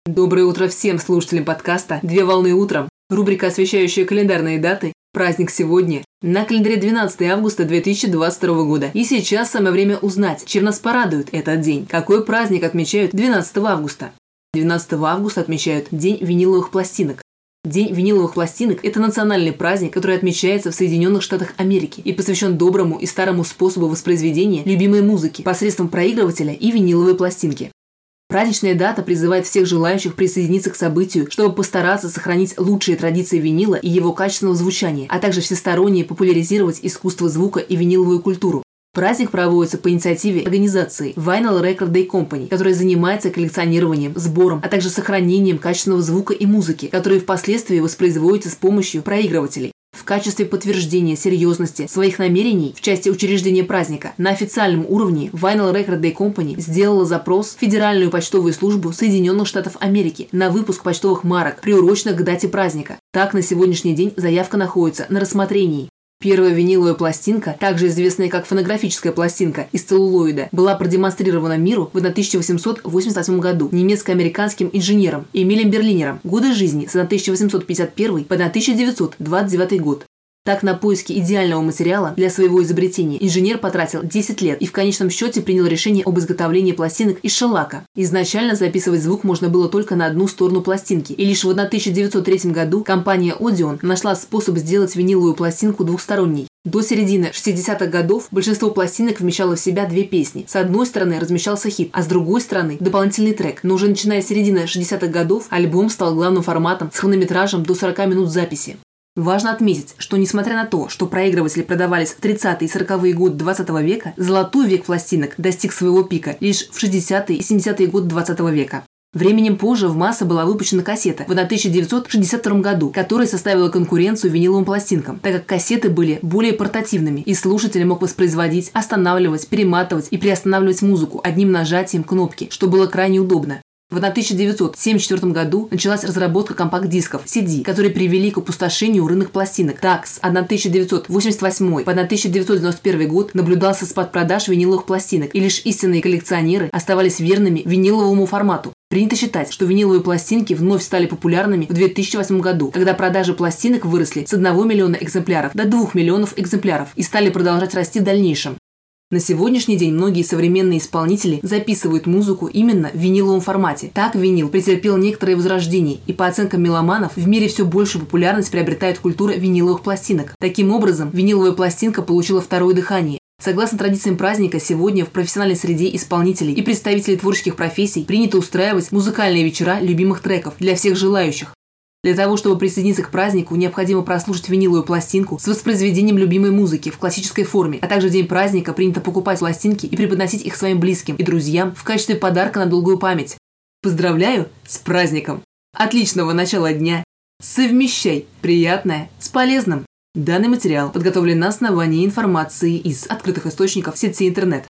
Доброе утро всем слушателям подкаста «Две волны утром». Рубрика, освещающая календарные даты. Праздник сегодня. На календаре 12 августа 2022 года. И сейчас самое время узнать, чем нас порадует этот день. Какой праздник отмечают 12 августа? 12 августа отмечают День виниловых пластинок. День виниловых пластинок – это национальный праздник, который отмечается в Соединенных Штатах Америки и посвящен доброму и старому способу воспроизведения любимой музыки посредством проигрывателя и виниловой пластинки. Праздничная дата призывает всех желающих присоединиться к событию, чтобы постараться сохранить лучшие традиции винила и его качественного звучания, а также всесторонне популяризировать искусство звука и виниловую культуру. Праздник проводится по инициативе организации Vinyl Record Day Company, которая занимается коллекционированием, сбором, а также сохранением качественного звука и музыки, которые впоследствии воспроизводятся с помощью проигрывателей. В качестве подтверждения серьезности своих намерений в части учреждения праздника на официальном уровне Vinyl Record Day Company сделала запрос в Федеральную почтовую службу Соединенных Штатов Америки на выпуск почтовых марок, приуроченных к дате праздника. Так, на сегодняшний день заявка находится на рассмотрении. Первая виниловая пластинка, также известная как фонографическая пластинка из целлулоида, была продемонстрирована миру в 1888 году немецко-американским инженером Эмилем Берлинером. Годы жизни с 1851 по 1929 год. Так, на поиски идеального материала для своего изобретения инженер потратил 10 лет и в конечном счете принял решение об изготовлении пластинок из шелака. Изначально записывать звук можно было только на одну сторону пластинки, и лишь в 1903 году компания Odeon нашла способ сделать виниловую пластинку двухсторонней. До середины 60-х годов большинство пластинок вмещало в себя две песни. С одной стороны размещался хит, а с другой стороны дополнительный трек. Но уже начиная с середины 60-х годов альбом стал главным форматом с хронометражем до 40 минут записи. Важно отметить, что несмотря на то, что проигрыватели продавались в 30-е и 40-е годы 20 века, золотой век пластинок достиг своего пика лишь в 60-е и 70-е годы 20 века. Временем позже в массы была выпущена кассета в 1962 году, которая составила конкуренцию виниловым пластинкам, так как кассеты были более портативными, и слушатель мог воспроизводить, останавливать, перематывать и приостанавливать музыку одним нажатием кнопки, что было крайне удобно. В 1974 году началась разработка компакт-дисков CD, которые привели к опустошению рынок пластинок. Так, с 1988 по 1991 год наблюдался спад продаж виниловых пластинок, и лишь истинные коллекционеры оставались верными виниловому формату. Принято считать, что виниловые пластинки вновь стали популярными в 2008 году, когда продажи пластинок выросли с 1 миллиона экземпляров до 2 миллионов экземпляров и стали продолжать расти в дальнейшем. На сегодняшний день многие современные исполнители записывают музыку именно в виниловом формате. Так, винил претерпел некоторое возрождение, и по оценкам меломанов, в мире все большую популярность приобретает культура виниловых пластинок. Таким образом, виниловая пластинка получила второе дыхание. Согласно традициям праздника, сегодня в профессиональной среде исполнителей и представителей творческих профессий принято устраивать музыкальные вечера любимых треков для всех желающих. Для того, чтобы присоединиться к празднику, необходимо прослушать виниловую пластинку с воспроизведением любимой музыки в классической форме, а также в день праздника принято покупать пластинки и преподносить их своим близким и друзьям в качестве подарка на долгую память. Поздравляю с праздником! Отличного начала дня! Совмещай приятное с полезным! Данный материал подготовлен на основании информации из открытых источников в сети интернет.